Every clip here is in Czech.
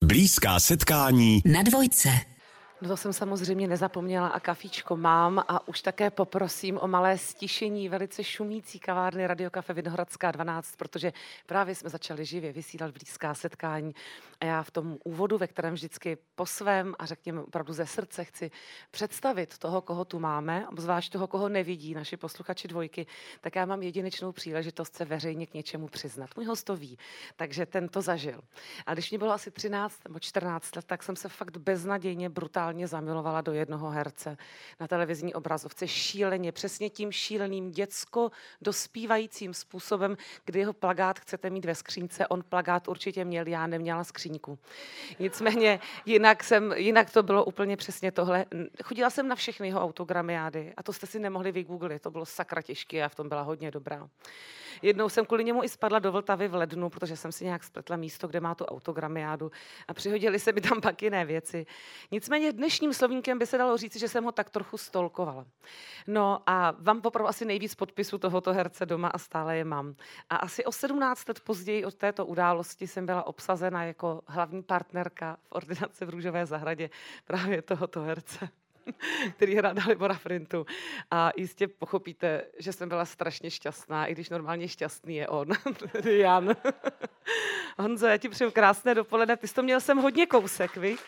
Blízká setkání na Dvojce. No to jsem samozřejmě nezapomněla a kafíčko mám a už také poprosím o malé stišení velice šumící kavárny Radio Cafe Vinohradská 12, protože právě jsme začali živě vysílat blízká setkání a já v tom úvodu, ve kterém vždycky po svém a řekněme opravdu ze srdce chci představit toho, koho tu máme, obzvlášť toho, koho nevidí naši posluchači Dvojky, tak já mám jedinečnou příležitost se veřejně k něčemu přiznat. Můj host to ví, takže ten to zažil. A když mě bylo asi 13 nebo 14 let, tak jsem se fakt beznadějně brutálně zamilovala do jednoho herce na televizní obrazovce šíleně, přesně tím šíleným děcko-dospívajícím způsobem, kdy jeho plakát chcete mít ve skřínce, on plakát určitě měl, já neměla skříňku. Nicméně jinak to bylo úplně přesně tohle. Chodila jsem na všechny jeho autogramiády a to jste si nemohli vygooglit, to bylo sakra těžké a v tom byla hodně dobrá. Jednou jsem kvůli němu i spadla do Vltavy v lednu, protože jsem si nějak spletla místo, kde má tu autogramiádu a přihodili se mi tam pak jiné věci. Nicméně dnešním slovníkem by se dalo říct, že jsem ho tak trochu stolkovala. No a vám poprvé asi nejvíc podpisů tohoto herce doma a stále je mám. A asi o 17 let později od této události jsem byla obsazena jako hlavní partnerka v ordinaci v Růžové zahradě právě tohoto herce, který hrál Dalibora Frintu. A jistě pochopíte, že jsem byla strašně šťastná, i když normálně šťastný je on, Jan. Honzo, já ti přeju krásné dopoledne. Ty jsi to měl jsem hodně kousek, viď?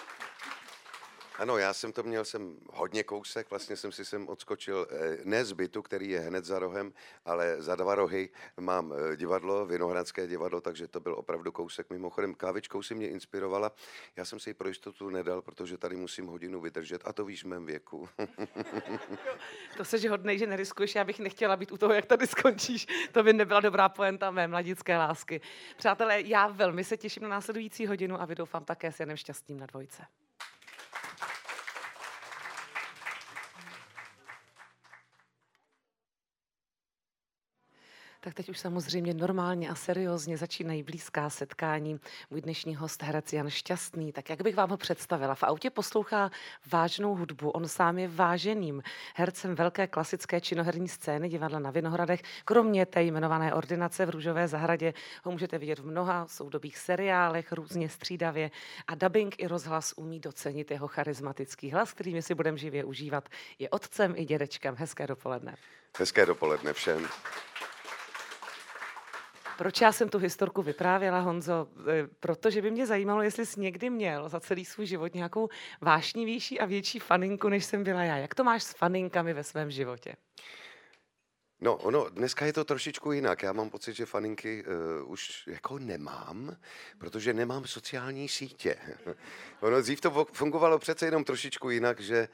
Ano, já jsem to měl hodně kousek, vlastně jsem si sem odskočil ne z bytu, který je hned za rohem, ale za 2 rohy mám divadlo, Vinohradské divadlo, takže to byl opravdu kousek. Mimochodem kávičkou si mě inspirovala, já jsem si ji pro jistotu nedal, protože tady musím hodinu vydržet a to víš v mém věku. To seš hodnej, že neriskuješ, já bych nechtěla být u toho, jak tady skončíš. To by nebyla dobrá poenta mé mladické lásky. Přátelé, já velmi se těším na následující hodinu a vy doufám také s Janem Šťastným na Dvojce. Tak teď už samozřejmě normálně a seriózně začínají blízká setkání. Můj dnešní host, herec Jan Šťastný. Tak jak bych vám ho představila? V autě poslouchá vážnou hudbu. On sám je váženým hercem velké klasické činoherní scény divadla na Vinohradech. Kromě té jmenované ordinace v Růžové zahradě ho můžete vidět v mnoha soudobých seriálech, různě střídavě. A dabing i rozhlas umí docenit jeho charismatický hlas, kterými si budeme živě užívat. Je otcem i dědečkem. Hezké dopoledne. Hezké dopoledne všem. Proč já jsem tu historku vyprávěla, Honzo? Protože by mě zajímalo, jestli jsi někdy měl za celý svůj život nějakou vášnivější a větší faninku, než jsem byla já. Jak to máš s faninkami ve svém životě? No, dneska je to trošičku jinak. Já mám pocit, že faninky už jako nemám, protože nemám sociální sítě. Dřív to fungovalo přece jenom trošičku jinak, že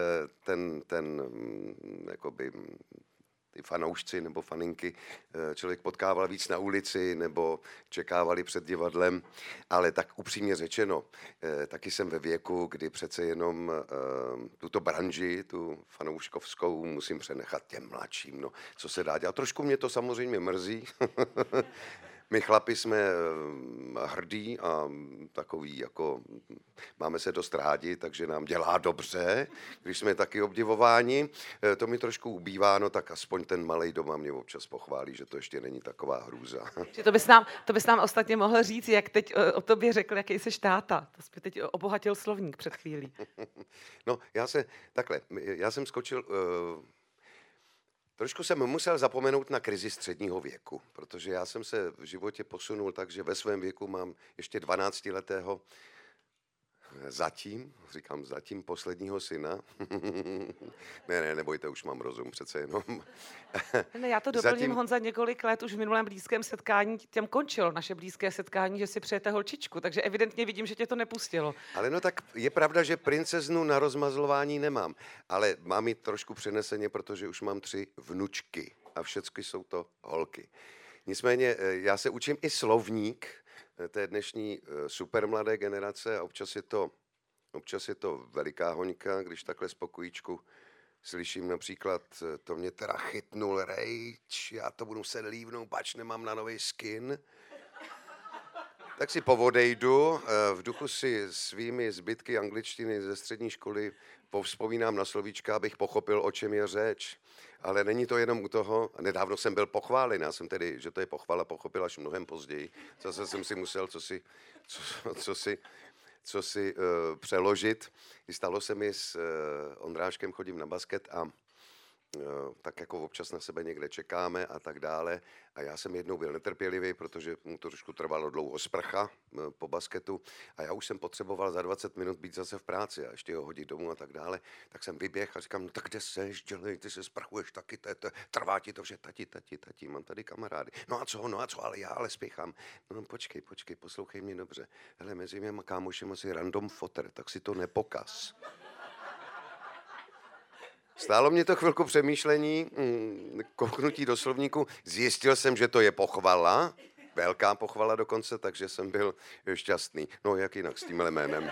jakoby ty fanoušci nebo faninky člověk potkával víc na ulici nebo čekávali před divadlem, ale tak upřímně řečeno, taky jsem ve věku, kdy přece jenom tuto branži, tu fanouškovskou, musím přenechat těm mladším. No, co se dá dělat? Trošku mě to samozřejmě mrzí. My chlapi jsme hrdí a takový jako máme se dost rádi, takže nám dělá dobře, když jsme taky obdivováni. To mi trošku ubývá, no tak aspoň ten malej doma mě občas pochválí, že to ještě není taková hrůza. To bys nám ostatně mohl říct, jak teď o tobě řekl, jaký jsi táta. To jsi teď obohatil slovník před chvílí. No, já jsem skočil... Trošku jsem musel zapomenout na krizi středního věku, protože já jsem se v životě posunul tak, že ve svém věku mám ještě 12letého zatím posledního syna. Nebojte, už mám rozum přece jenom. Ne, já to doplním, Honza, několik let už v minulém blízkém setkání těm končilo naše blízké setkání, že si přejete holčičku, takže evidentně vidím, že tě to nepustilo. Ale no tak je pravda, že princeznu na rozmazlování nemám, ale mám ji trošku přeneseně, protože už mám 3 vnučky a všechny jsou to holky. Nicméně já se učím i slovník té dnešní supermladé generace a občas je to veliká hoňka, když takhle z pokojíčku slyším například, to mě teda chytnul rejč, já to budu se lívnout, pač nemám na nový skin. Tak si povodejdu, v duchu si svými zbytky angličtiny ze střední školy povzpomínám na slovíčka, abych pochopil, o čem je řeč. Ale není to jenom u toho. Nedávno jsem byl pochválen, já jsem tedy, že to je pochvala, pochopil až mnohem později. Zase jsem si musel co si přeložit. I stalo se mi s Ondráškem, chodím na basket a tak jako občas na sebe někde čekáme a tak dále. A já jsem jednou byl netrpělivý, protože mu to trošku trvalo dlouho sprcha po basketu a já už jsem potřeboval za 20 minut být zase v práci a ještě ho hodit domů a tak dále. Tak jsem vyběhl a říkám, no tak kde seš, dělej, ty se sprchuješ taky, trvá ti to, že tati, mám tady kamarády. No a co, ale já spěchám. No počkej, poslouchej mě dobře. Hele, mezi měma kámošem asi random foter, tak si to nepokaz. Stálo mě to chvilku přemýšlení, kouknutí do slovníku. Zjistil jsem, že to je pochvala, velká pochvala dokonce, takže jsem byl šťastný. No jak jinak s tímhle jménem.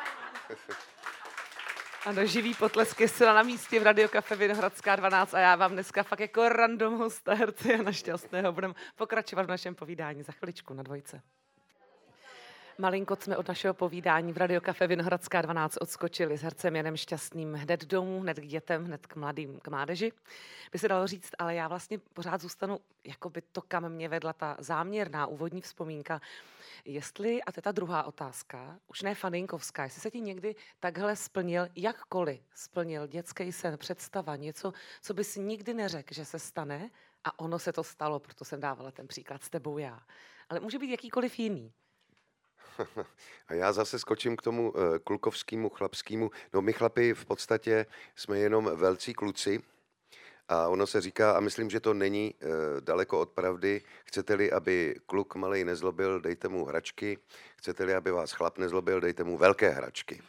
Ano, živý potlesk je zcela na místě v Radio Cafe Vinohradská 12 a já vám dneska fakt jako random hosta herce Jana Šťastného budeme pokračovat v našem povídání za chviličku na dvojce. Malinko jsme od našeho povídání v Radio Cafe Vinohradská 12 odskočili s hercem Janem Šťastným hned domů, hned k dětem, hned k mladým, k mládeži. By se dalo říct, ale já vlastně pořád zůstanu, jako by to, kam mě vedla ta záměrná úvodní vzpomínka. Jestli, a to je ta druhá otázka, už ne faninkovská, jestli se ti někdy takhle splnil, jakkoliv splnil dětský sen, představa, něco, co bys nikdy neřekl, že se stane a ono se to stalo, proto jsem dávala ten příklad s tebou já. Ale může být jakýkoliv jiný. A já zase skočím k tomu klukovskému, chlapskému. No my chlapi v podstatě jsme jenom velcí kluci a ono se říká, a myslím, že to není daleko od pravdy, chcete-li, aby kluk malej nezlobil, dejte mu hračky, chcete-li, aby vás chlap nezlobil, dejte mu velké hračky.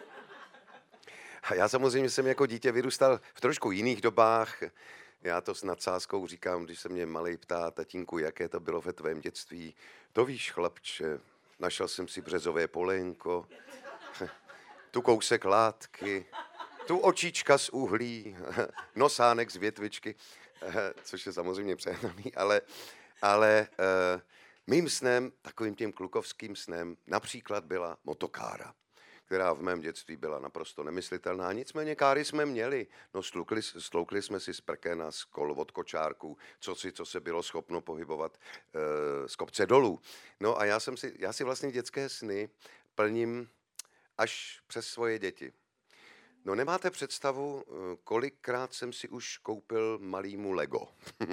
A já samozřejmě jsem jako dítě vyrůstal v trošku jiných dobách. Já to s nadsázkou říkám, když se mě malej ptá, tatínku, jaké to bylo ve tvém dětství. To víš, chlapče, našel jsem si březové polénko, tu kousek látky, tu očička z uhlí, nosánek z větvičky, což je samozřejmě přehnaný, ale mým snem, takovým tím klukovským snem, například byla motokára, která v mém dětství byla naprosto nemyslitelná. Nicméně káry jsme měli. No, stloukli jsme si z prkena, z kol od kočárků, co se bylo schopno pohybovat z kopce dolů. No a já si vlastně dětské sny plním až přes svoje děti. No nemáte představu, kolikrát jsem si už koupil malýmu Lego.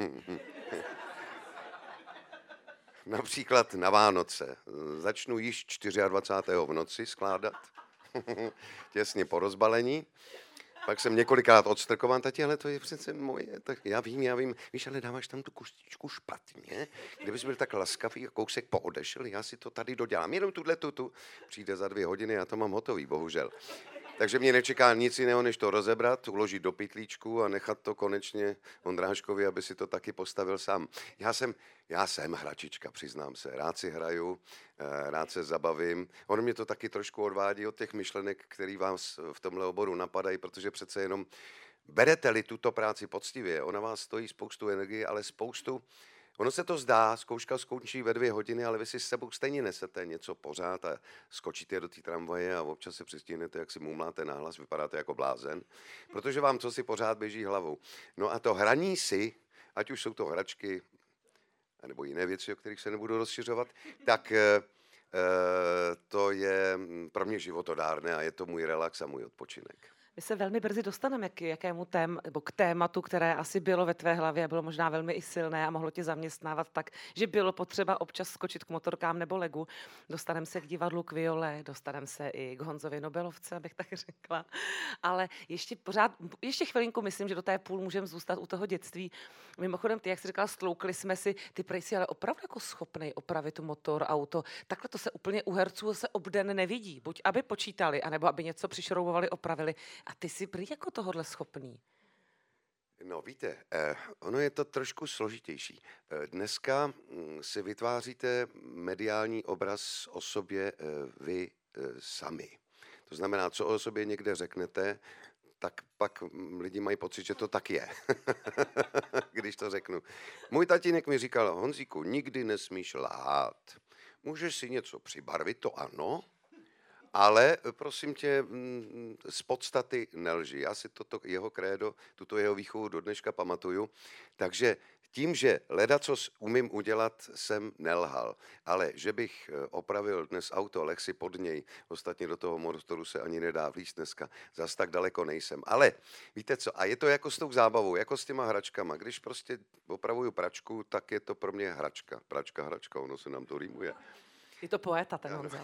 Například na Vánoce. Začnu již 24. v noci skládat. Těsně po rozbalení. Pak jsem několikrát odstrkován, tati, ale to je přece moje. Tak já vím, víš, ale dáváš tam tu kostičku špatně. Kdybys byl tak laskavý a kousek poodešel, já si to tady dodělám. Jenom tu. Přijde za 2 hodiny, já to mám hotový, bohužel. Takže mě nečeká nic jiného, než to rozebrat, uložit do pytlíčku a nechat to konečně Ondráškovi, aby si to taky postavil sám. Já jsem hračička, přiznám se. Rád si hraju, rád se zabavím. Ono mě to taky trošku odvádí od těch myšlenek, které vás v tomhle oboru napadají, protože přece jenom berete-li tuto práci poctivě, ona vás stojí spoustu energie, ale ono se to zdá, zkouška skončí ve 2 hodiny, ale vy si s sebou stejně nesete něco pořád a skočíte do té tramvaje a občas se přistihnete, jak si mumláte nahlas, vypadáte jako blázen, protože vám co si pořád běží hlavou. No a to hraní si, ať už jsou to hračky, nebo jiné věci, o kterých se nebudu rozšiřovat, tak to je pro mě životodárné a je to můj relax a můj odpočinek. My se velmi brzy dostaneme k tématu, které asi bylo ve tvé hlavě a bylo možná velmi i silné a mohlo tě zaměstnávat tak, že bylo potřeba občas skočit k motorkám nebo Legu. Dostaneme se k divadlu, k viole, dostaneme se i k Honzovi Nobelovce, abych tak řekla. Ale ještě chvilinku myslím, že do té půl můžeme zůstat u toho dětství. Mimochodem, ty, jak jsi říkala, stloukli jsme si, ty prej si ale opravdu jako schopnej opravit motor, auto. Takhle to se úplně u herců se obden nevidí. Buď aby počítali, anebo aby něco přišroubovali, opravili. A ty jsi prý jako tohodle schopný. No víte, ono je to trošku složitější. Dneska si vytváříte mediální obraz o sobě vy sami. To znamená, co o sobě někde řeknete, tak pak lidi mají pocit, že to tak je, když to řeknu. Můj tatínek mi říkal, Honzíku, nikdy nesmíš lhát. můžeš si něco přibarvit, to ano, ale prosím tě, z podstaty nelži. Já si toto jeho krédo, tuto jeho výchovu do dneška pamatuju, takže tím, že ledacos umím udělat, jsem nelhal. Ale že bych opravil dnes auto, leh si pod něj, ostatně do toho motoru se ani nedá vlízt dneska, zas tak daleko nejsem. Ale víte co, a je to jako s tou zábavou, jako s těma hračkama. Když prostě opravuju pračku, tak je to pro mě hračka. Hračka, ono se nám to rýmuje. Je to poeta, ten Honza.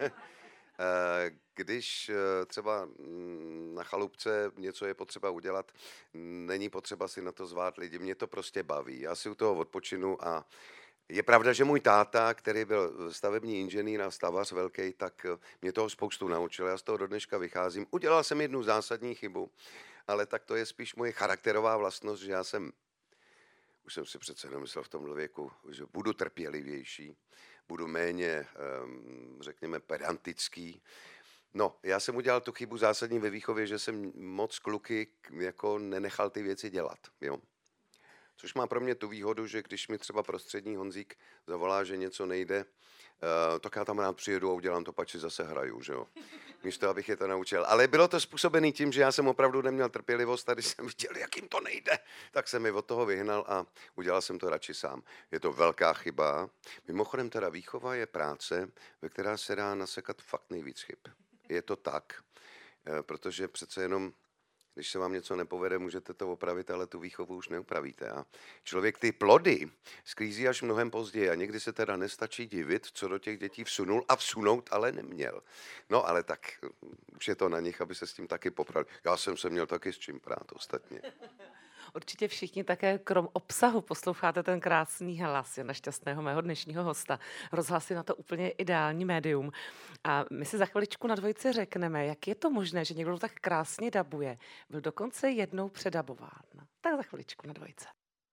Když třeba na chalupce něco je potřeba udělat, není potřeba si na to zvát lidi, mě to prostě baví. Já si u toho odpočinu a je pravda, že můj táta, který byl stavební inženýr a stavař velký, tak mě toho spoustu naučil. Já z toho do dneška vycházím. Udělal jsem jednu zásadní chybu, ale tak to je spíš moje charakterová vlastnost, že už jsem si přece nemyslel v tomhle věku, že budu trpělivější, budu méně, řekněme, pedantický. No, já jsem udělal tu chybu zásadní ve výchově, že jsem moc kluky jako nenechal ty věci dělat, jo. Což má pro mě tu výhodu, že když mi třeba prostřední Honzík zavolá, že něco nejde, tak já tam rád přijedu a udělám to, pač si zase hraju, že jo. Místo, abych je to naučil. Ale bylo to způsobené tím, že já jsem opravdu neměl trpělivost a když jsem viděl, jak jim to nejde, tak jsem mi od toho vyhnal a udělal jsem to radši sám. Je to velká chyba. Mimochodem teda výchova je práce, ve které se dá nasekat fakt nejvíc chyb. Je to tak, protože přece jenom když se vám něco nepovede, můžete to opravit, ale tu výchovu už neupravíte. A člověk ty plody sklízí až mnohem později a někdy se teda nestačí divit, co do těch dětí vsunul a vsunout ale neměl. No ale tak už je to na nich, aby se s tím taky poprali. Já jsem se měl taky s čím prát ostatně. Určitě všichni také krom obsahu posloucháte ten krásný hlas Jana Šťastného, mého dnešního hosta. Rozhlas je na to úplně ideální médium. A my si za chviličku na dvojici řekneme, jak je to možné, že někdo tak krásně dabuje. Byl dokonce jednou předabován. Tak za chviličku na dvojice.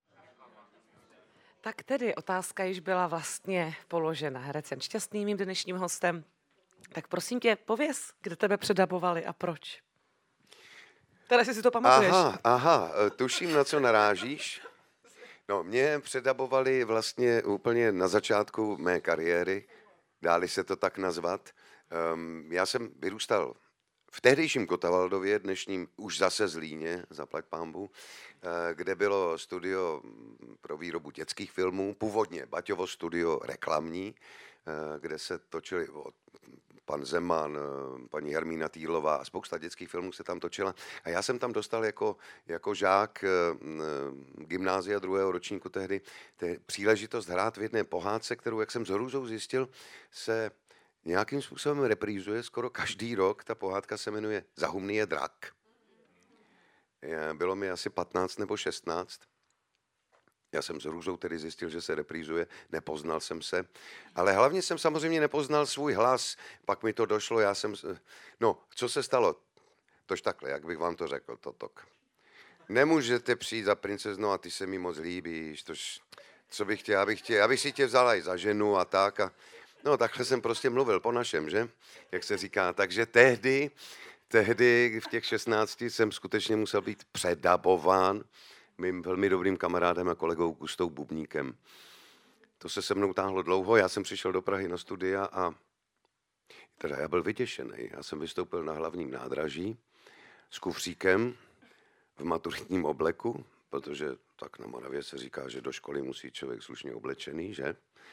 Tak tedy otázka již byla vlastně položena. Herec Jan Šťastný, mým dnešním hostem. Tak prosím tě, pověz, kde tebe předabovali a proč? Teda si to pamatuješ. Aha, tuším, na co narážíš. No, mě předabovali vlastně úplně na začátku mé kariéry, dá-li se to tak nazvat. Já jsem vyrůstal v tehdejším Kotavaldově, dnešním už zase Zlíně, zaplať pánbu, kde bylo studio pro výrobu dětských filmů, původně Baťovo studio reklamní, kde se točili pan Zeman, paní Hermína Týlová a spousta dětských filmů se tam točila. A já jsem tam dostal jako žák gymnázia 2. ročníku tehdy příležitost hrát v jedné pohádce, kterou, jak jsem s hrůzou zjistil, se nějakým způsobem reprízuje skoro každý rok. Ta pohádka se jmenuje Zahumný je drak. Bylo mi asi 15 nebo 16. Já jsem s hrůzou tedy zjistil, že se reprízuje, nepoznal jsem se, ale hlavně jsem samozřejmě nepoznal svůj hlas, pak mi to došlo, no, co se stalo? Tož takhle, jak bych vám to řekl, totok. Nemůžete přijít za princeznou a ty se mi moc líbíš, co bych chtěl, abych si tě vzala i za ženu a tak. No, takhle jsem prostě mluvil po našem, že? Jak se říká, takže tehdy v těch 16 jsem skutečně musel být předabován mým velmi dobrým kamarádem a kolegou Gustou Bubníkem. To se mnou táhlo dlouho, já jsem přišel do Prahy na studia a teda já byl vyděšený. Já jsem vystoupil na hlavním nádraží s kufříkem v maturitním obleku, protože tak na Moravě se říká, že do školy musí člověk slušně oblečený, že?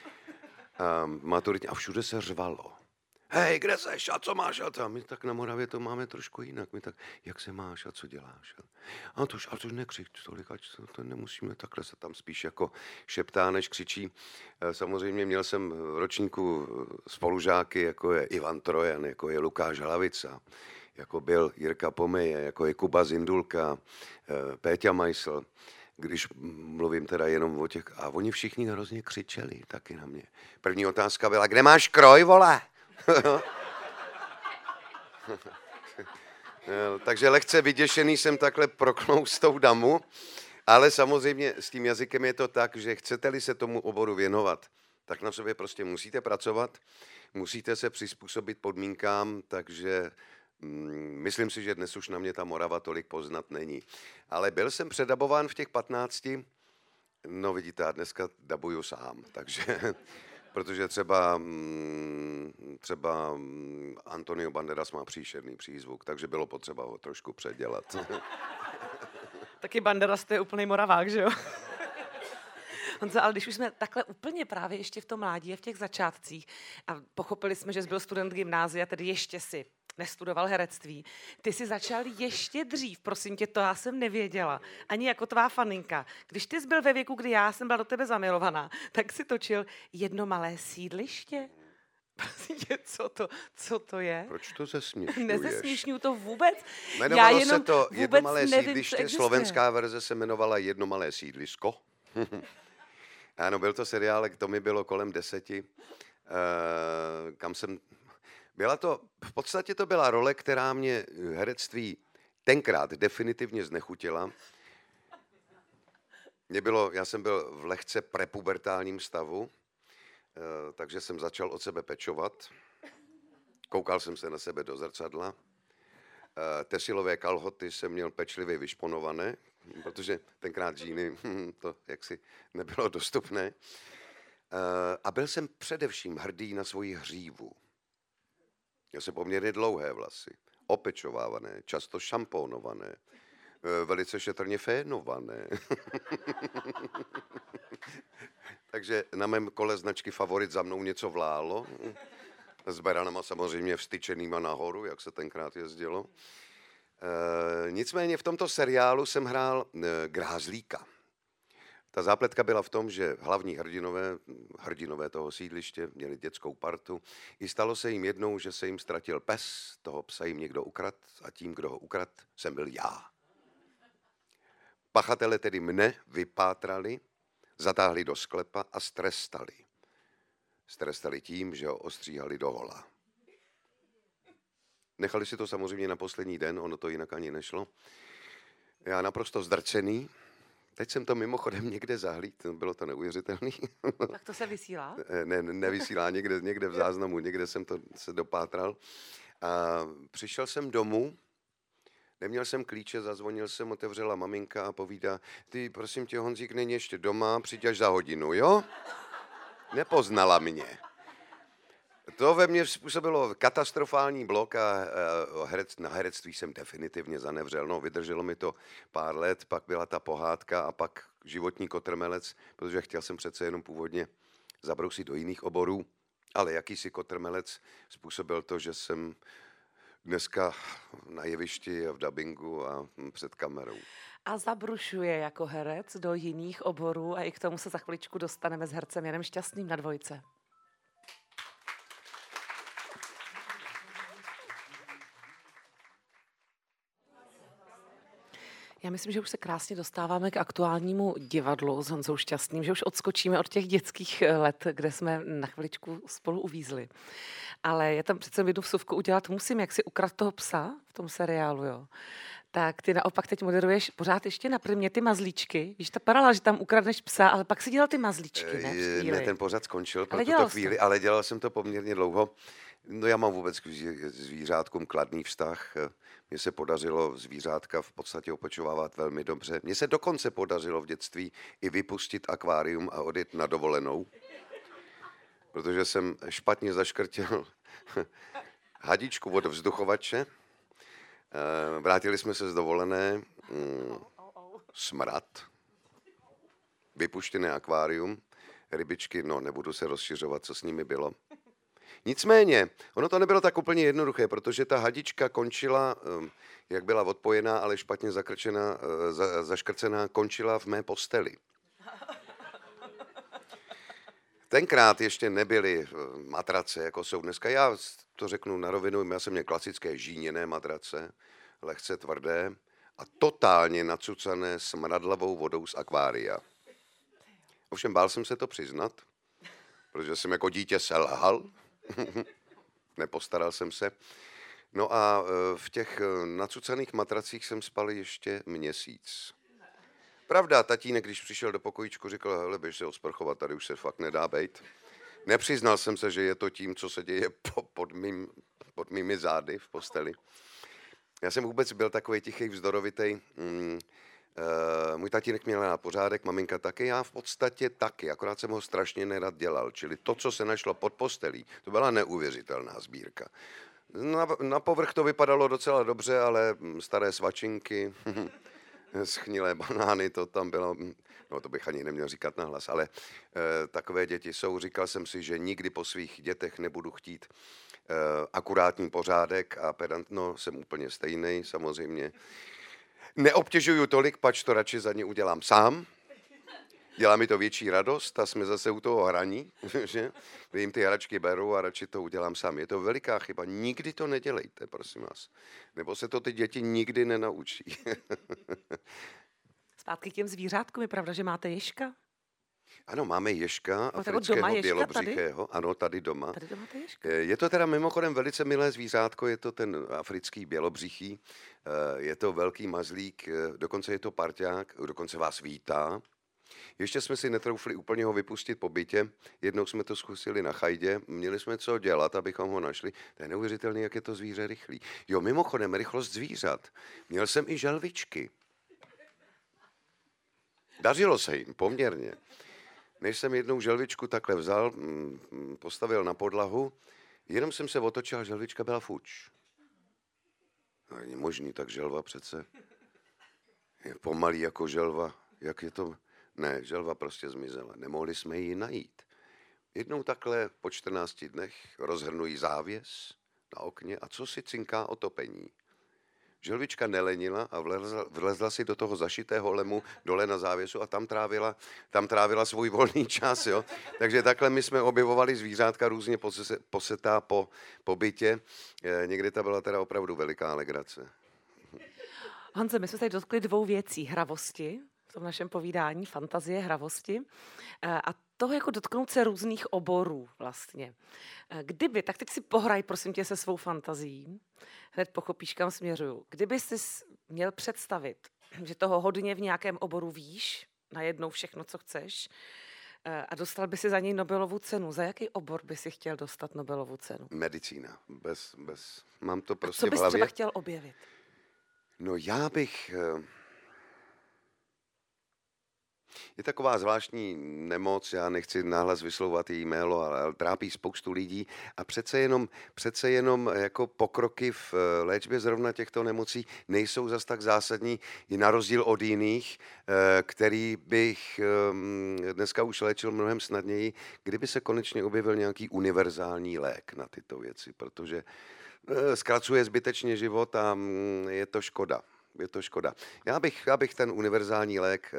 A všude se řvalo. Hej, kde seš a co máš? A my tak na Moravě to máme trošku jinak. My tak, jak se máš a co děláš? A to už nekřič tolik, ať to nemusíme, takhle se tam spíš jako šeptá, než křičí. Samozřejmě měl jsem v ročníku spolužáky, jako je Ivan Trojan, jako je Lukáš Hlavica, jako byl Jirka Pomeje, jako je Kuba Zindulka, Péťa Majsl. Když mluvím teda jenom o těch, a oni všichni hrozně křičeli taky na mě. První otázka byla, kde máš kroj, vole? Takže lehce vyděšený jsem takhle proklouz tou damu, ale samozřejmě s tím jazykem je to tak, že chcete-li se tomu oboru věnovat, tak na sobě prostě musíte pracovat, musíte se přizpůsobit podmínkám, takže myslím si, že dnes už na mě ta Morava tolik poznat není. Ale byl jsem předabován v těch 15, no vidíte, a dneska dabuju sám, takže Protože třeba Antonio Banderas má příšerný přízvuk, takže bylo potřeba ho trošku předělat. Taky Banderas, to je úplný Moravák, že jo? Honzo, ale když už jsme takhle úplně právě ještě v tom mládí a v těch začátcích a pochopili jsme, že jsi byl student gymnázia, tedy ještě si nestudoval herectví. Ty jsi začal ještě dřív, prosím tě, to já jsem nevěděla. Ani jako tvá faninka. Když ty jsi byl ve věku, kdy já jsem byla do tebe zamilovaná, tak si točil Jedno malé sídliště. Prosím tě, co to je? Proč to zesměšňuješ? Nezesměšňuju to vůbec. Jmenovalo se to Jedno malé sídliště, slovenská verze se jmenovala Jedno malé sídlisko. Ano, byl to seriál, to mi bylo kolem 10, kam jsem... v podstatě to byla role, která mě herectví tenkrát definitivně znechutila. Já jsem byl v lehce prepubertálním stavu, takže jsem začal od sebe pečovat. Koukal jsem se na sebe do zrcadla. Tesilové kalhoty jsem měl pečlivě vyšponované, protože tenkrát džíny to jaksi nebylo dostupné. A byl jsem především hrdý na svoji hřívu. Měl jsem poměrně dlouhé vlasy, opečovávané, často šampónované, velice šetrně fénované. Takže na mém kole značky Favorit za mnou něco vlálo. S beranama samozřejmě vstyčenýma nahoru, jak se tenkrát jezdilo. Nicméně v tomto seriálu jsem hrál grázlíka. Ta zápletka byla v tom, že hlavní hrdinové toho sídliště měli dětskou partu. I stalo se jim jednou, že se jim ztratil pes, toho psa jim někdo ukradl a tím, kdo ho ukradl, jsem byl já. Pachatele tedy mne vypátrali, zatáhli do sklepa a strestali. Strestali tím, že ho ostříhali do hola. Nechali si to samozřejmě na poslední den, ono to jinak ani nešlo. Já naprosto zdrcený. Teď jsem to mimochodem někde zahlídl, bylo to neuvěřitelný. Tak to se vysílá? Nevysílá, někde v záznamu, někde jsem to se dopátral. A přišel jsem domů, neměl jsem klíče, zazvonil jsem, otevřela maminka a povídá, ty prosím tě, Honzík není ještě doma, přijď až za hodinu, jo? Nepoznala mě. To ve mně způsobilo katastrofální blok a na herectví jsem definitivně zanevřel. No, vydrželo mi to pár let, pak byla ta pohádka a pak životní kotrmelec, protože chtěl jsem přece jenom původně zabrousit do jiných oborů, ale jakýsi kotrmelec způsobil to, že jsem dneska na jevišti a v dabingu a před kamerou. A zabrušuje jako herec do jiných oborů a i k tomu se za chviličku dostaneme s hercem Janem Šťastným na Dvojce. Já myslím, že už se krásně dostáváme k aktuálnímu divadlu s Honzou Šťastným, že už odskočíme od těch dětských let, kde jsme na chviličku spolu uvízli. Ale je tam přece jednu vsuvku udělat musím, jak si ukradl toho psa v tom seriálu, jo. Tak ty naopak teď moderuješ pořád ještě na Primě ty mazlíčky. Víš, ta paralela, že tam ukradneš psa, ale pak si dělal ty mazlíčky, ne? Ne, ten pořad skončil pro tuto chvíli, ale dělal jsem to poměrně dlouho. No já mám vůbec k zvířátkům kladný vztah. Mně se podařilo zvířátka v podstatě opečovávat velmi dobře. Mně se dokonce podařilo v dětství i vypustit akvárium a odjet na dovolenou, protože jsem špatně zaškrtil hadičku od vzduchovače. Vrátili jsme se z dovolené, smrad, vypuštěné akvárium, rybičky, no nebudu se rozšiřovat, co s nimi bylo. Nicméně, ono to nebylo tak úplně jednoduché, protože ta hadička končila, jak byla odpojená, ale špatně zaškrcená, končila v mé posteli. Tenkrát ještě nebyly matrace, jako jsou dneska. Já to řeknu na rovinu, já jsem měl klasické žíněné matrace, lehce tvrdé a totálně nacucané smradlavou vodou z akvária. Ovšem bál jsem se to přiznat, protože jsem jako dítě selhal. Nepostaral jsem se. No a v těch nacucaných matracích jsem spal ještě měsíc. Pravda, tatínek, když přišel do pokojíčku, říkal, hele, běž se osprchovat, tady už se fakt nedá bejt. Nepřiznal jsem se, že je to tím, co se děje pod mými zády v posteli. Já jsem vůbec byl takový tichý, vzdorovitej. Můj tatínek měl na pořádek, maminka taky, já v podstatě taky, akorát jsem ho strašně nerad dělal. Čili to, co se našlo pod postelí, to byla neuvěřitelná sbírka. Na povrch to vypadalo docela dobře, ale staré svačinky, schnilé banány, to tam bylo, no to bych ani neměl říkat nahlas, ale takové děti jsou. Říkal jsem si, že nikdy po svých dětech nebudu chtít akurátní pořádek a pedantno, jsem úplně stejnej samozřejmě. Neobtěžuju tolik, pač to radši za ně udělám sám. Dělá mi to větší radost a jsme zase u toho hraní, že? Kdy jim ty hračky beru a radši to udělám sám. Je to veliká chyba. Nikdy to nedělejte, prosím vás. Nebo se to ty děti nikdy nenaučí. Zpátky k těm zvířátkům, je pravda, že máte ježka? Ano, máme ježka, doma afrického ježka bělobřichého. Ano, tady doma. Tady doma máte ježka? Je to teda mimochodem velice milé zvířátko, je to ten africký bělobřichý. Je to velký mazlík, dokonce je to parťák, dokonce vás vítá. Ještě jsme si netroufli úplně ho vypustit po bytě, jednou jsme to zkusili na chajdě, měli jsme co dělat, abychom ho našli. To je neuvěřitelné, jak je to zvíře rychlý. Jo, mimochodem, rychlost zvířat. Měl jsem i želvičky. Dařilo se jim poměrně. Než jsem jednou želvičku takhle vzal, postavil na podlahu, jenom jsem se otočil a želvička byla fuč. No, není možný, tak želva přece je pomalý jako želva. Jak je to? Ne, želva prostě zmizela. Nemohli jsme ji najít. Jednou takhle po 14 dnech rozhrnují závěs na okně a co si cinká otopení. Želvička nelenila a vlezla si do toho zašitého lemu dole na závěsu a tam trávila svůj volný čas. Jo? Takže takhle my jsme objevovali zvířátka různě posetá po bytě. Někdy ta byla teda opravdu veliká legrace. Honzo, my jsme tady dotkli dvou věcí. Hravosti v tom našem povídání, fantazie, hravosti. A toho jako dotknout se různých oborů vlastně. Kdyby, tak teď si pohraj, prosím tě, se svou fantazií. Hned pochopíš, kam směřuju. Kdyby jsi měl představit, že toho hodně v nějakém oboru víš, najednou všechno, co chceš, a dostal by si za něj Nobelovu cenu. Za jaký obor by si chtěl dostat Nobelovu cenu? Medicína. Mám to prostě co bys v hlavě. třeba chtěl objevit? No já bych... Je taková zvláštní nemoc, já nechci nahlas vyslovovat její jméno, ale trápí spoustu lidí a přece jenom jako pokroky v léčbě zrovna těchto nemocí nejsou zas tak zásadní, i na rozdíl od jiných, který bych dneska už léčil mnohem snadněji, kdyby se konečně objevil nějaký univerzální lék na tyto věci, protože zkracuje zbytečně život a je to škoda. Je to škoda. Já bych ten univerzální lék,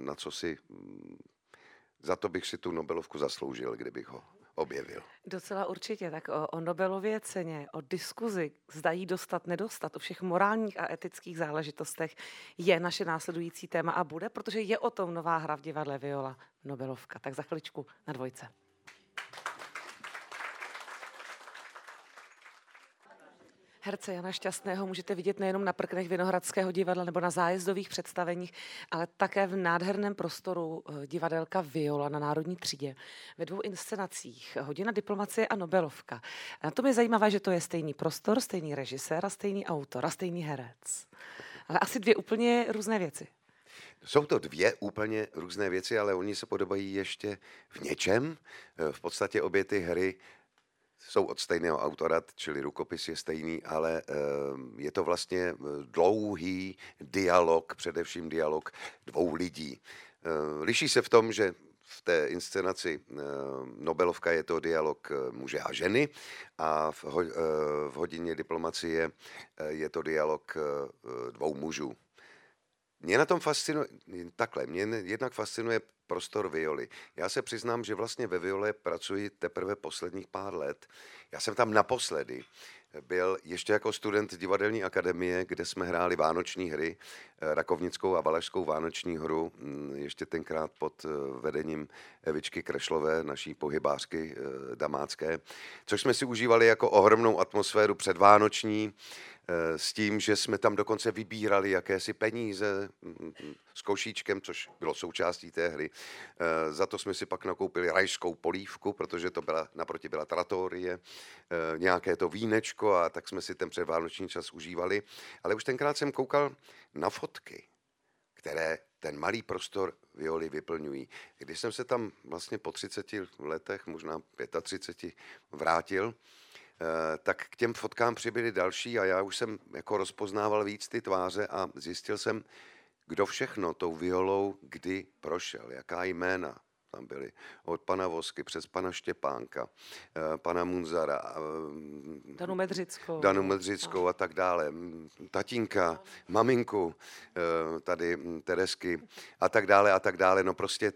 za to bych si tu Nobelovku zasloužil, kdybych ho objevil. Docela určitě. Tak o Nobelově ceně, o diskuzi, zda jí dostat, nedostat, o všech morálních a etických záležitostech je naše následující téma a bude, protože je o tom nová hra v divadle Viola Nobelovka. Tak za chviličku na Dvojce. Herce Jana Šťastného můžete vidět nejenom na prknech Vinohradského divadla nebo na zájezdových představeních, ale také v nádherném prostoru divadelka Viola na Národní třídě ve dvou inscenacích Hodina diplomacie a Nobelovka. Na tom je zajímavé, že to je stejný prostor, stejný režisér a stejný autor a stejný herec. Ale asi dvě úplně různé věci. Jsou to dvě úplně různé věci, ale oni se podobají ještě v něčem. V podstatě obě ty hry jsou od stejného autora, čili rukopis je stejný, ale je to vlastně dlouhý dialog, především dialog dvou lidí. Liší se v tom, že v té inscenaci Nobelovka je to dialog muže a ženy a v Hodině diplomacie je to dialog dvou mužů. Mě na tom fascinuje, mě jednak fascinuje prostor Violy. Já se přiznám, že vlastně ve Viole pracuji teprve posledních pár let. Já jsem tam naposledy byl ještě jako student divadelní akademie, kde jsme hráli vánoční hry, rakovnickou a valašskou vánoční hru, ještě tenkrát pod vedením Evičky Krešlové, naší pohybářky damácké, což jsme si užívali jako ohromnou atmosféru předvánoční, s tím, že jsme tam dokonce vybírali jakési peníze s košíčkem, což bylo součástí té hry. Za to jsme si pak nakoupili rajskou polívku, protože to naproti byla tratorie, nějaké to vínečko a tak jsme si ten předvánoční čas užívali. Ale už tenkrát jsem koukal na fotky, které ten malý prostor violy vyplňují. Když jsem se tam vlastně po 30 letech, možná 35, vrátil, tak k těm fotkám přibyly další a já už jsem jako rozpoznával víc ty tváře a zjistil jsem, kdo všechno tou violou kdy prošel, jaká jména tam byly. Od pana Vosky přes pana Štěpánka, pana Munzara, Danu Medřickou a tak dále, tatínka, maminku, tady Teresky a tak dále a tak dále. No prostě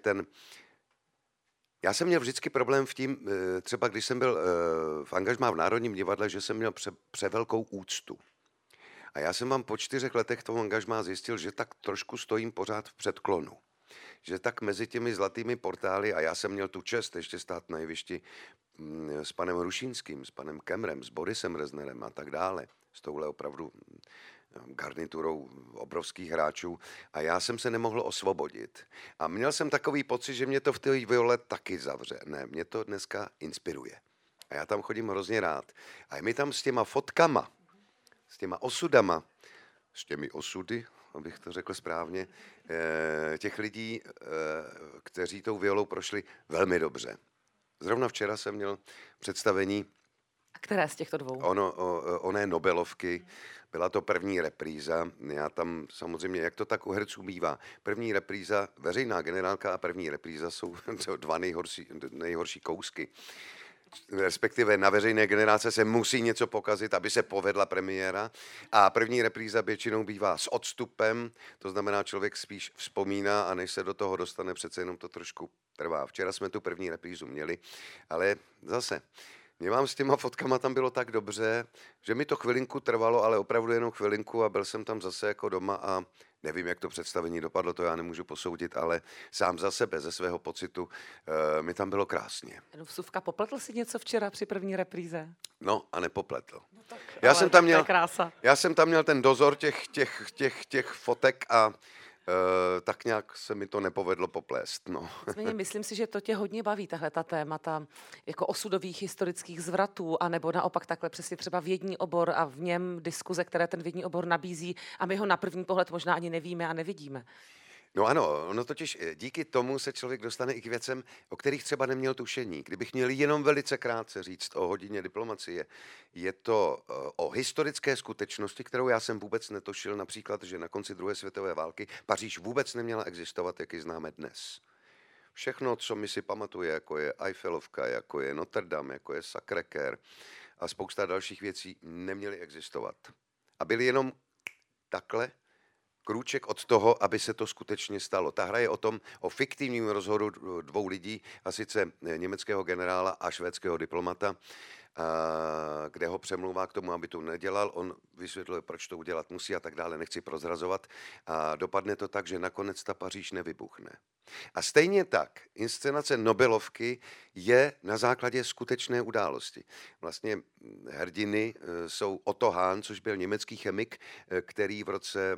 já jsem měl vždycky problém v tím, třeba když jsem byl v angažmá v Národním divadle, že jsem měl převelkou úctu. A já jsem vám po 4 letech toho angažmá zjistil, že tak trošku stojím pořád v předklonu. Že tak mezi těmi zlatými portály, a já jsem měl tu čest ještě stát na jevišti s panem Rušínským, s panem Kemrem, s Borisem Reznerem a tak dále, s touhle opravdu garniturou obrovských hráčů, a já jsem se nemohl osvobodit. A měl jsem takový pocit, že mě to v té viole taky zavře. Ne, mě to dneska inspiruje. A já tam chodím hrozně rád. A my tam s těma fotkama, s těma osudama, s těmi osudy, abych to řekl správně, těch lidí, kteří tou violou prošli velmi dobře. Zrovna včera jsem měl představení. A které z těchto dvou? Oné Nobelovky. Byla to první repríza. Já tam samozřejmě, jak to tak u herců bývá, první repríza, veřejná generálka a první repríza jsou dva nejhorší kousky. Respektive na veřejné generace se musí něco pokazit, aby se povedla premiéra. A první repríza většinou bývá s odstupem, to znamená, člověk spíš vzpomíná a než se do toho dostane, přece jenom to trošku trvá. Včera jsme tu první reprízu měli, ale zase, mě vám s těma fotkama tam bylo tak dobře, že mi to chvilinku trvalo, ale opravdu jenom chvilinku, a byl jsem tam zase jako doma a nevím, jak to představení dopadlo, to já nemůžu posoudit, ale sám za sebe, ze svého pocitu, mi tam bylo krásně. Vsuvka, popletl si něco včera při první repríze? No a nepopletl. No tak, já jsem tam měl ten dozor těch fotek a tak nějak se mi to nepovedlo poplést. No. Myslím si, že to tě hodně baví, tahle ta témata jako osudových historických zvratů, anebo naopak takhle přesně třeba vědní obor a v něm diskuze, které ten vědní obor nabízí a my ho na první pohled možná ani nevíme a nevidíme. No ano, ono totiž díky tomu se člověk dostane i k věcem, o kterých třeba neměl tušení. Kdybych měl jenom velice krátce říct o hodině diplomacie, je to o historické skutečnosti, kterou já jsem vůbec netušil, například, že na konci druhé světové války Paříž vůbec neměla existovat, jak ji známe dnes. Všechno, co mi si pamatuje, jako je Eiffelovka, jako je Notre Dame, jako je Sacré-Cœur a spousta dalších věcí, neměly existovat. A byly jenom takhle krůček od toho, aby se to skutečně stalo. Ta hra je o fiktivním rozhodu dvou lidí, a sice německého generála a švédského diplomata, kde ho přemlouvá k tomu, aby to nedělal. On vysvětluje, proč to udělat musí a tak dále, nechci prozrazovat. A dopadne to tak, že nakonec ta Paříž nevybuchne. A stejně tak, inscenace Nobelovky je na základě skutečné události. Vlastně hrdiny jsou Otto Hahn, což byl německý chemik, který v roce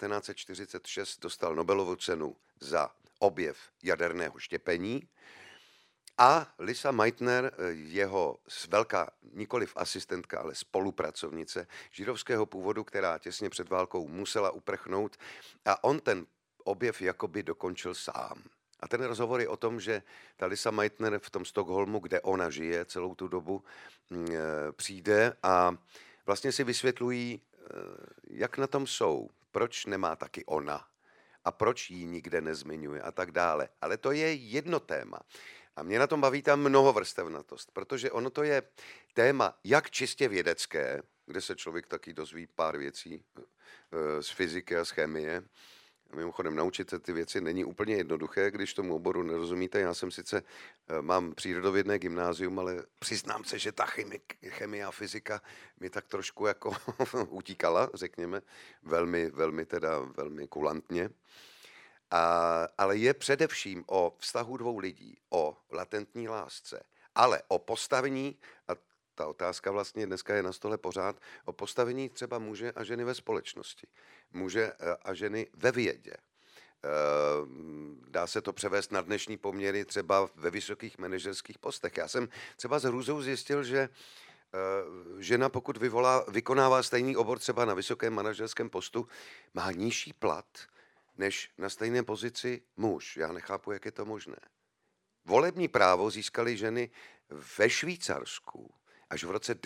1946 dostal Nobelovu cenu za objev jaderného štěpení. A Lisa Meitner, jeho velká, nikoliv asistentka, ale spolupracovnice židovského původu, která těsně před válkou musela uprchnout, a on ten objev jakoby dokončil sám. A ten rozhovor je o tom, že ta Lisa Meitner v tom Stockholmu, kde ona žije celou tu dobu, přijde a vlastně si vysvětlují, jak na tom jsou, proč nemá taky ona a proč ji nikde nezmiňuje a tak dále. Ale to je jedno téma. A mě na tom baví ta mnohovrstevnatost, protože ono to je téma jak čistě vědecké, kde se člověk taky dozví pár věcí z fyziky a z chemie. Mimochodem, naučit se ty věci není úplně jednoduché, když tomu oboru nerozumíte. Já jsem sice, mám přírodovědné gymnázium, ale přiznám se, že ta chemie a fyzika mi tak trošku jako utíkala, řekněme, velmi kulantně. Ale je především o vztahu dvou lidí, o latentní lásce, ale o postavení, a ta otázka vlastně dneska je na stole pořád, o postavení třeba muže a ženy ve společnosti, muže a ženy ve vědě. Dá se to převést na dnešní poměry třeba ve vysokých manažerských postech. Já jsem třeba s hrůzou zjistil, že žena, pokud vykonává stejný obor třeba na vysokém manažerském postu, má nižší plat než na stejné pozici muž. Já nechápu, jak je to možné. Volební právo získaly ženy ve Švýcarsku až v roce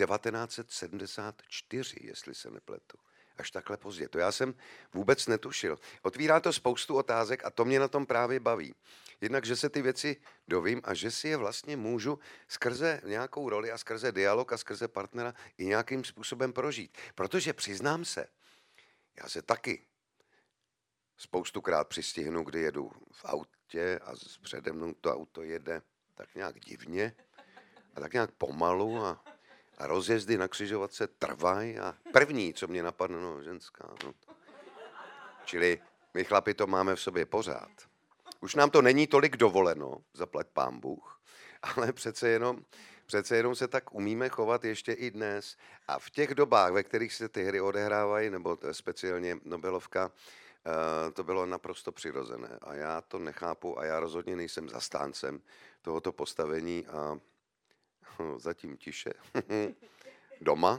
1974, jestli se nepletu. Až takhle pozdě. To já jsem vůbec netušil. Otvírá to spoustu otázek a to mě na tom právě baví. Jednak, že se ty věci dovím a že si je vlastně můžu skrze nějakou roli a skrze dialog a skrze partnera i nějakým způsobem prožít. Protože přiznám se, já se taky spoustukrát přistihnu, kdy jedu v autě a přede mnou to auto jede tak nějak divně a tak nějak pomalu a rozjezdy na křižovatce trvají a první, co mě napadne, no ženská. No. Čili my chlapi to máme v sobě pořád. Už nám to není tolik dovoleno, zaplať pán Bůh, ale přece jenom se tak umíme chovat ještě i dnes. A v těch dobách, ve kterých se ty hry odehrávají, nebo speciálně Nobelovka, to bylo naprosto přirozené. A já to nechápu a já rozhodně nejsem zastáncem tohoto postavení a zatím tiše. Doma.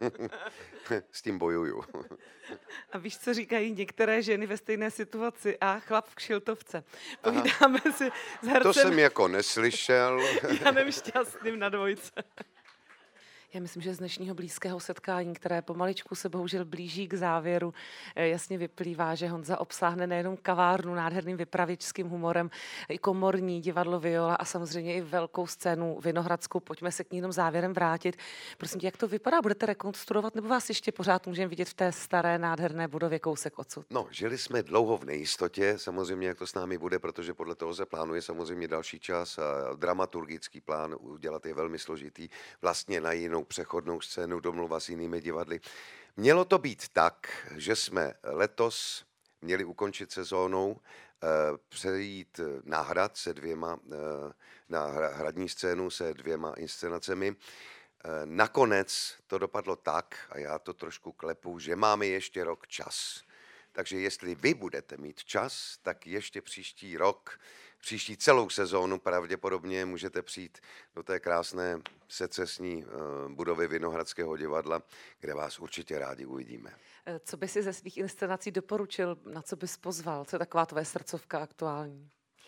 S tím bojuju. A víš, co říkají některé ženy ve stejné situaci? A chlap v kšiltovce. Povídáme si s hercem... To jsem jako neslyšel. Janem Šťastným na Dvojce. Já myslím, že z dnešního blízkého setkání, které pomaličku se bohužel blíží k závěru, jasně vyplývá, že Honza obsáhne nejenom kavárnu nádherným vypravěčským humorem, i komorní divadlo Viola a samozřejmě i velkou scénu Vinohradskou. Pojďme se k ní jenom závěrem vrátit. Prosím tě, jak to vypadá? Budete rekonstruovat nebo vás ještě pořád můžeme vidět v té staré nádherné budově kousek odsud? No, žili jsme dlouho v nejistotě, samozřejmě, jak to s námi bude, protože podle toho se plánuje samozřejmě další čas a dramaturgický plán udělat je velmi složitý. Vlastně na jinou přechodnou scénu, domluva s jinými divadly. Mělo to být tak, že jsme letos měli ukončit sezónou, přejít na hrad se dvěma, na hradní scénu se dvěma inscenacemi. Nakonec to dopadlo tak, a já to trošku klepu, že máme ještě rok čas. Takže jestli vy budete mít čas, tak ještě příští rok, příští celou sezónu pravděpodobně můžete přijít do té krásné secesní budovy Vinohradského divadla, kde vás určitě rádi uvidíme. Co by si ze svých inscenací doporučil, na co bys pozval? Co je taková tvoje srdcovka aktuální?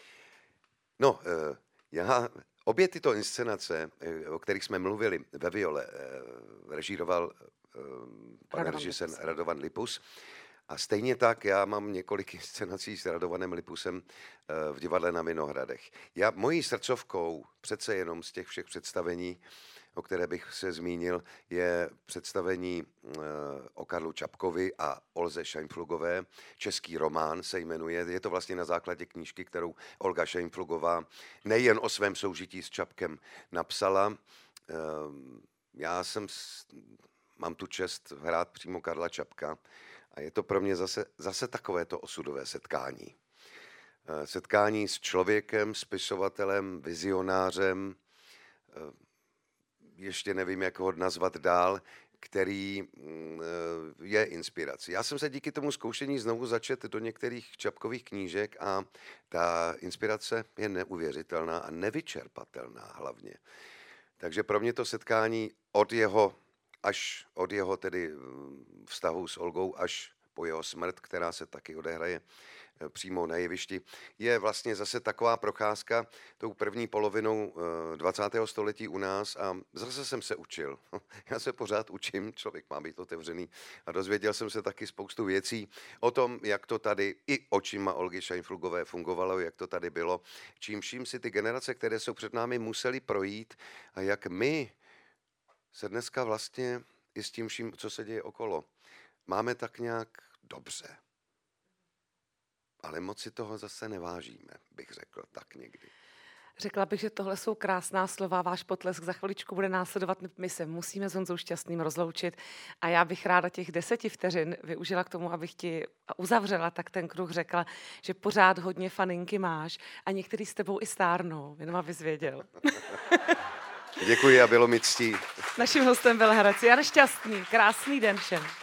No, obě tyto inscenace, o kterých jsme mluvili ve Viole, režíroval pan režisér Radovan Lipus. A stejně tak já mám několik inscenací s Radovanem Lipusem v divadle na Vinohradech. Mojí srdcovkou přece jenom z těch všech představení, o které bych se zmínil, je představení o Karlu Čapkovi a Olze Šajnflugové. Český román se jmenuje. Je to vlastně na základě knížky, kterou Olga Šajnflugová nejen o svém soužití s Čapkem napsala. Já mám tu čest hrát přímo Karla Čapka. A je to pro mě zase takovéto osudové setkání. Setkání s člověkem, spisovatelem, vizionářem, ještě nevím, jak ho nazvat dál, který je inspirací. Já jsem se díky tomu zkoušení znovu začet do některých Čapkových knížek a ta inspirace je neuvěřitelná a nevyčerpatelná hlavně. Takže pro mě to setkání od jeho tedy vztahu s Olgou až po jeho smrt, která se taky odehraje přímo na jevišti, je vlastně zase taková procházka tou první polovinou 20. století u nás a zase jsem se učil. Já se pořád učím, člověk má být otevřený a dozvěděl jsem se taky spoustu věcí o tom, jak to tady i očima Olgy Šajnflugové fungovalo, jak to tady bylo, čím si ty generace, které jsou před námi, museli projít a jak my se dneska vlastně i s tím vším, co se děje okolo, máme tak nějak dobře. Ale moc si toho zase nevážíme, bych řekl tak někdy. Řekla bych, že tohle jsou krásná slova, váš potlesk za chviličku bude následovat. My se musíme s Honzou Šťastným rozloučit a já bych ráda těch 10 vteřin využila k tomu, abych ti uzavřela tak ten kruh, řekla, že pořád hodně faninky máš a některý s tebou i stárnou, jenom abys věděl. Děkuji a bylo mi ctí. Naším hostem byl herec Jan Šťastný. Krásný den všem.